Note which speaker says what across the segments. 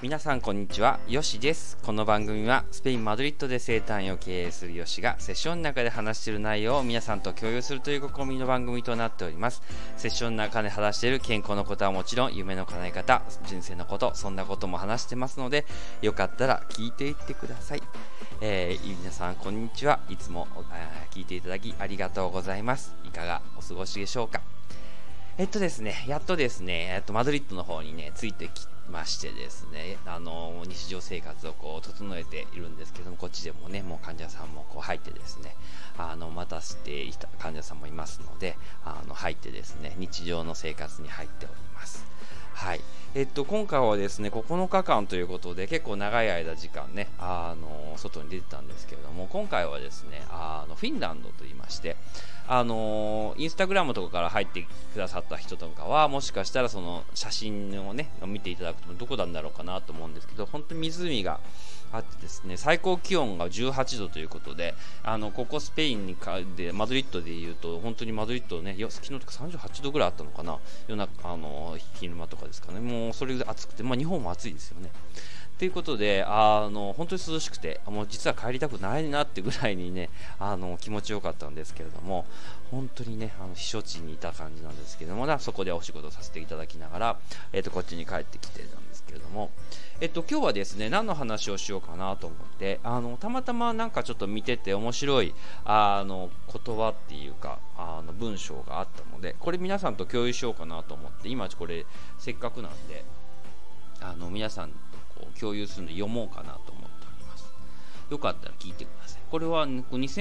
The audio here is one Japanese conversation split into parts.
Speaker 1: 皆さんこんにちは、ヨシです。この番組はスペイン・マドリッドで生誕院を経営するヨシがセッションの中で話している内容を皆さんと共有するという試みの番組となっております。セッションの中で話している健康のことはもちろん、夢の叶え方、人生のこと、そんなことも話してますので、よかったら聞いていってください。皆さんこんにちは。いつも聞いていただきありがとうございます。いかがお過ごしでしょうか。ですね、やっとですね、マドリッドの方にね、ついてきましてですね、日常生活をこう整えているんですけども、こっちでもね、もう患者さんもこう入ってですね、待たせていた患者さんもいますので、入ってですね、日常の生活に入っております。はい。今回はですね、9日間ということで、結構長い間時間ね、外に出てたんですけれども、今回はですね、フィンランドと言いまして、インスタグラムとかから入ってくださった人とかは、もしかしたらその写真をね、見ていただくとどこなんだろうかなと思うんですけど、本当に湖があってですね、最高気温が18度ということで、ここスペインにでマドリッドでいうと、本当にマドリッドね、昨日とか38度ぐらいあったのかな、夜中昼間とかですかね、もうそれぐらい暑くて、日本も暑いですよね。ということで、本当に涼しくて、もう実は帰りたくないなってぐらいにね、気持ちよかったんですけれども、本当にね、避暑地にいた感じなんですけれども、そこでお仕事させていただきながら、こっちに帰ってきてたんですけれども、今日はですね、何の話をしようかなと思って、たまたまなんかちょっと見てて面白い、言葉っていうか、文章があったので、これ皆さんと共有しようかなと思って、今これせっかくなんで、皆さんとこう共有するので読もうかなと思っております。よかったら聞いてください。これは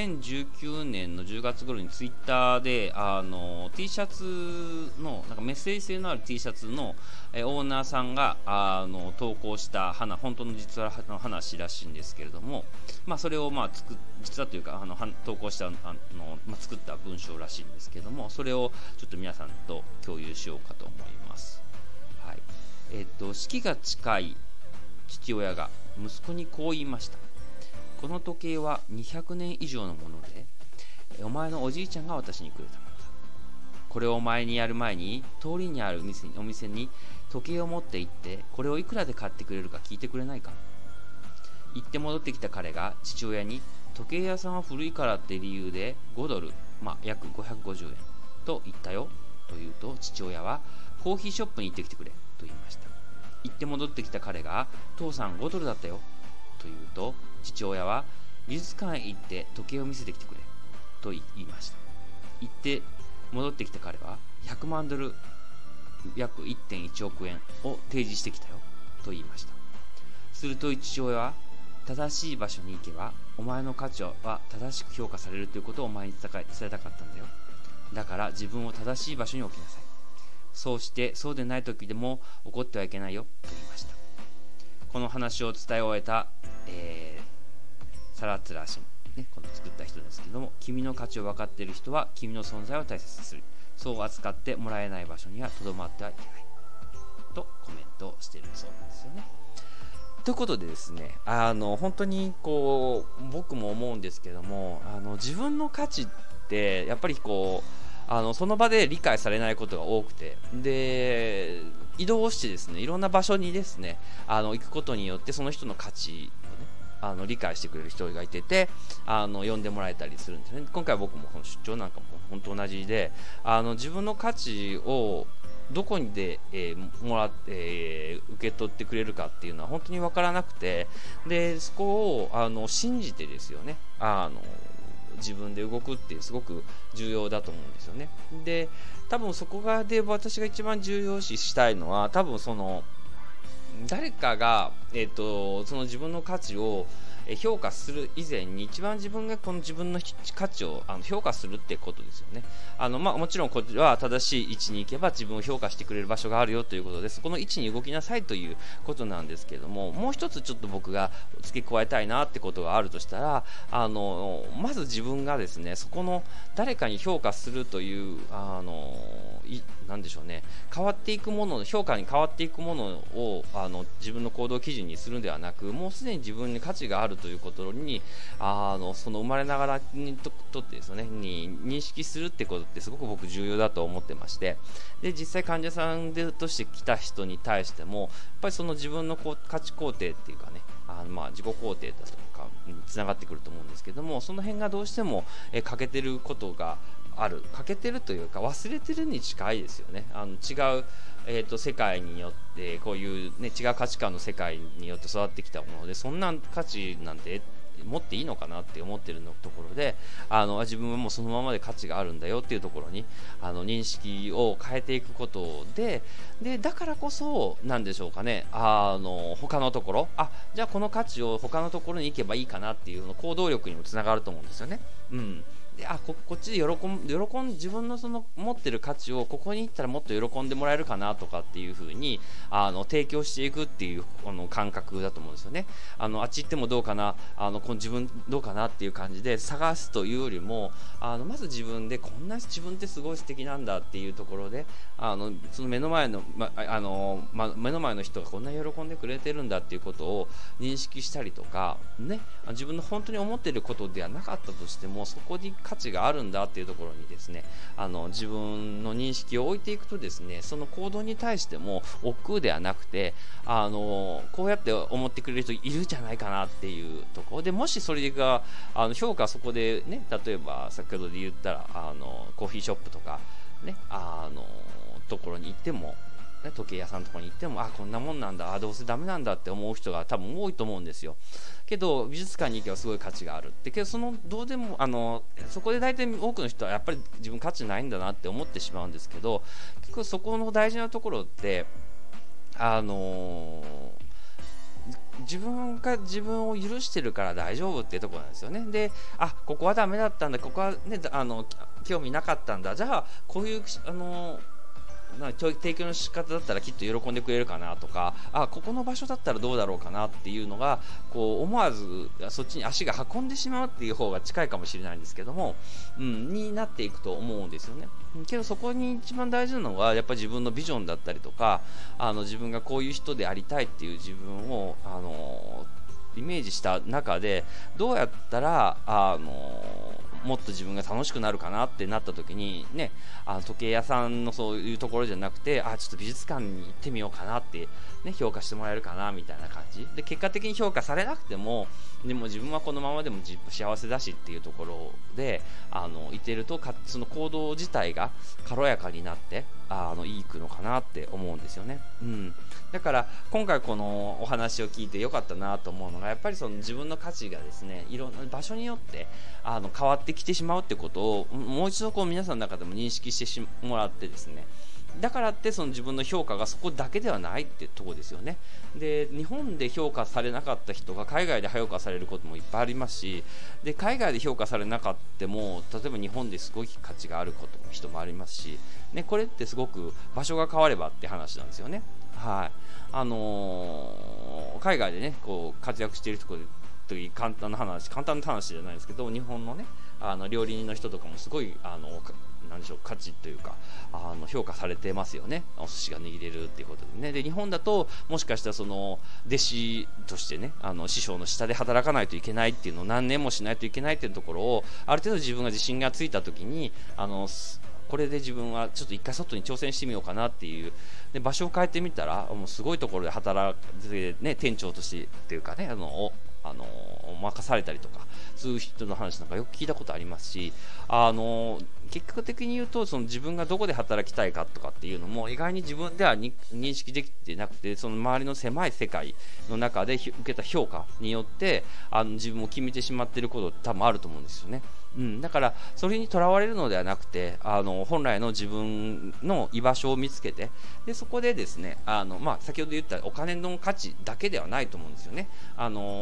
Speaker 1: 2019年の10月頃にツイッターでT シャツのなんかメッセージ性のある T シャツのオーナーさんが投稿した本当の実話の話らしいんですけれども、それを実はというか投稿した作った文章らしいんですけれども、それをちょっと皆さんと共有しようかと思います。はい。式が近い父親が息子にこう言いました。この時計は200年以上のもので、お前のおじいちゃんが私にくれたものだ。これをお前にやる前に通りにあるお店に時計を持って行って、これをいくらで買ってくれるか聞いてくれないか。行って戻ってきた彼が父親に、時計屋さんは古いからって理由で5ドル、約550円と言ったよと言うと、父親はコーヒーショップに行ってきてくれと言いました。行って戻ってきた彼が、父さん5ドルだったよと言うと、父親は美術館へ行って時計を見せてきてくれと言いました。行って戻ってきた彼は100万ドル、約 1.1 億円を提示してきたよと言いました。すると父親は、正しい場所に行けばお前の価値は正しく評価されるということをお前に伝えたかったんだよ。だから自分を正しい場所に置きなさい。そうしてそうでない時でも怒ってはいけないよと言いました。この話を伝え終えた、サラツラ氏、この作った人ですけども、君の価値を分かっている人は君の存在を大切にする。そう扱ってもらえない場所にはとどまってはいけないとコメントをしているそうなんですよね。ということでですね、本当にこう僕も思うんですけども、自分の価値ってやっぱりこうその場で理解されないことが多くて、で移動してですね、いろんな場所にですね行くことによってその人の価値をね理解してくれる人がいて呼んでもらえたりするんですね。今回僕もこの出張なんかも本当同じで、自分の価値をどこにで、もらって、受け取ってくれるかっていうのは本当に分からなくて、でそこを信じてですよね、自分で動くってすごく重要だと思うんですよね。で多分そこがで私が一番重要視したいのは、多分その誰かが、その自分の価値を評価する以前に、一番自分がこの自分の価値を評価するってことですよね。もちろんこれは正しい位置に行けば自分を評価してくれる場所があるよということで、そこの位置に動きなさいということなんですけれども、もう一つちょっと僕が付け加えたいなってことがあるとしたら、まず自分がですね、そこの誰かに評価するというなんでしょうね、変わっていくもの、評価に変わっていくものを自分の行動基準にするんではなく、もうすでに自分に価値があるということにその生まれながらに とってですねに認識するってことってすごく僕重要だと思ってまして、で実際患者さんとして来た人に対してもやっぱりその自分の価値肯定っていうかね、自己肯定だとかにつながってくると思うんですけども、その辺がどうしても欠けてることが欠けてるというか忘れてるに近いですよね。違う、世界によってこういう、ね、違う価値観の世界によって育ってきたもので、そんな価値なんて持っていいのかなって思ってるのところで、自分はもうそのままで価値があるんだよっていうところに認識を変えていくことで、だからこそなんでしょうかね、他のところじゃあこの価値を他のところに行けばいいかなっていうの行動力にもつながると思うんですよね。でこっちで自分のその持ってる価値をここに行ったらもっと喜んでもらえるかなとかっていう風に提供していくっていう感覚だと思うんですよね。あっち行ってもどうかな、自分どうかなっていう感じで探すというよりもまず自分でこんな自分ってすごい素敵なんだっていうところでその目の前の、目の前の人がこんなに喜んでくれてるんだっていうことを認識したりとかね、自分の本当に思っていることではなかったとしてもそこに価値があるんだっていうところにですね自分の認識を置いていくとですね、その行動に対しても億劫ではなくてこうやって思ってくれる人いるんじゃないかなっていうところで、もしそれが評価そこでね、例えば先ほどで言ったらコーヒーショップとかねところに行っても時計屋さんとかに行ってもこんなもんなんだ、どうせダメなんだって思う人が多分多いと思うんですよ。けど美術館に行けばすごい価値があるってけどどうでもそこで大体多くの人はやっぱり自分価値ないんだなって思ってしまうんですけど、結構そこの大事なところって自分が自分を許してるから大丈夫っていうところなんですよね。でここはダメだったんだ、ここはね興味なかったんだ、じゃあこういう提供の仕方だったらきっと喜んでくれるかなとかここの場所だったらどうだろうかなっていうのが思わずそっちに足が運んでしまうっていう方が近いかもしれないんですけども、になっていくと思うんですよね。けどそこに一番大事なのはやっぱり自分のビジョンだったりとか自分がこういう人でありたいっていう自分をイメージした中でどうやったらもっと自分が楽しくなるかなってなった時にね、時計屋さんのそういうところじゃなくてちょっと美術館に行ってみようかなって、ね、評価してもらえるかなみたいな感じで、結果的に評価されなくてもでも自分はこのままでも幸せだしっていうところでいてるとその行動自体が軽やかになっていくのかなって思うんですよね。だから今回このお話を聞いてよかったなと思うのがやっぱりその自分の価値がですねいろんな場所によって変わってきてしまうってことをもう一度皆さんの中でも認識してもらってですね、だからってその自分の評価がそこだけではないってとこですよね。で日本で評価されなかった人が海外で評価されることもいっぱいありますし、で海外で評価されなかったも例えば日本ですごい価値がある人もありますし、ね、これってすごく場所が変わればって話なんですよね。海外でね活躍しているという簡単な話じゃないですけど、日本のね料理人の人とかもすごいなんでしょう価値というか評価されてますよね。お寿司が握れるっていうことでね。で日本だともしかしたらその弟子としてね師匠の下で働かないといけないっていうのを何年もしないといけないっていうところをある程度自分が自信がついた時にこれで自分はちょっと一回外に挑戦してみようかなっていうで場所を変えてみたらもうすごいところで働いて、ね、店長としてっていうかね任されたりとかそういう人の話なんかよく聞いたことありますし結果的に言うとその自分がどこで働きたいかとかっていうのも意外に自分では認識できてなくて、その周りの狭い世界の中で受けた評価によって自分を決めてしまっていること多分あると思うんですよね。だからそれにとらわれるのではなくて本来の自分の居場所を見つけてでそこでですね先ほど言ったお金の価値だけではないと思うんですよね。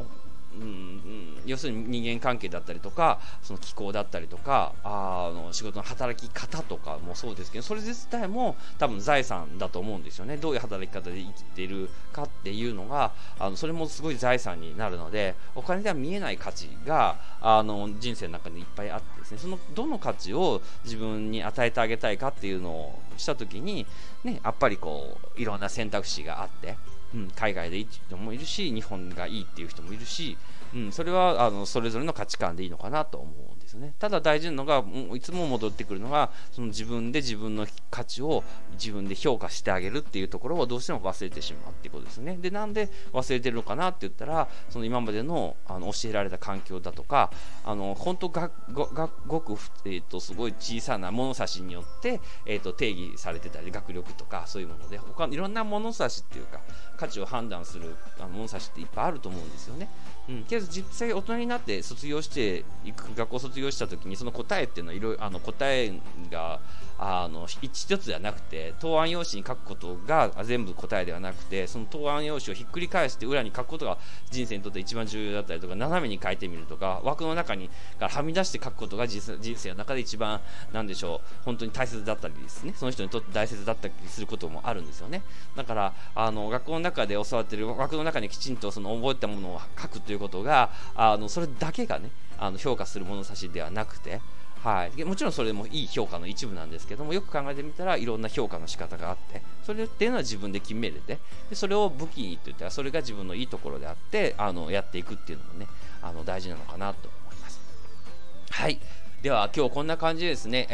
Speaker 1: 要するに人間関係だったりとか、その気候だったりとか、仕事の働き方とかもそうですけど、それ自体も多分財産だと思うんですよね。どういう働き方で生きているかっていうのがそれもすごい財産になるので、お金では見えない価値が人生の中にいっぱいあってですね、そのどの価値を自分に与えてあげたいかっていうのをした時にね、やっぱりこういろんな選択肢があって、海外でいい人もいるし、日本がいいっていう人もいるし、それはそれぞれの価値観でいいのかなと思うんですね。ただ大事なのが、いつも戻ってくるのが、その自分で自分の価値を自分で評価してあげるっていうところをどうしても忘れてしまうっていうことですね。で、なんで忘れてるのかなって言ったら、その今までの教えられた環境だとか、本当ごくすごい小さな物差しによって、定義されてたり、学力とかそういうもので、いろんな物差しっていうか価値を判断する物差しっていっぱいあると思うんですよね。けど実際大人になって卒業していく、学校を卒業した時にその答えっていうのはいろいろ答えが一つではなくて、答案用紙に書くことが全部答えではなくて、その答案用紙をひっくり返して裏に書くことが人生にとって一番重要だったりとか、斜めに書いてみるとか、枠の中にからはみ出して書くことが人生の中で一番なんでしょう、本当に大切だったりですね、その人にとって大切だったりすることもあるんですよね。だから学校の中で教わっている枠の中にきちんとその覚えたものを書くということがそれだけがね評価する物差しではなくて、もちろんそれもいい評価の一部なんですけども、よく考えてみたらいろんな評価の仕方があって、それっていうのは自分で決めれて、でそれを武器にって言ったらそれが自分のいいところであってやっていくっていうのもね大事なのかなと思います。はい、では今日こんな感じでですね、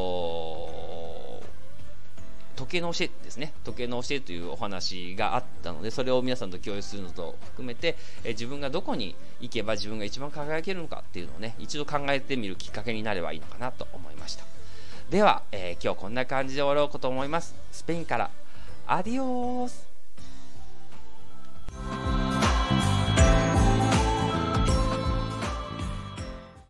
Speaker 1: 時計の教えですね、時計の教えというお話があったので、それを皆さんと共有するのと含めて、自分がどこに行けば自分が一番輝けるのかっていうのをね、一度考えてみるきっかけになればいいのかなと思いました。では、今日こんな感じで終わろうかと思います。スペインからアディオース。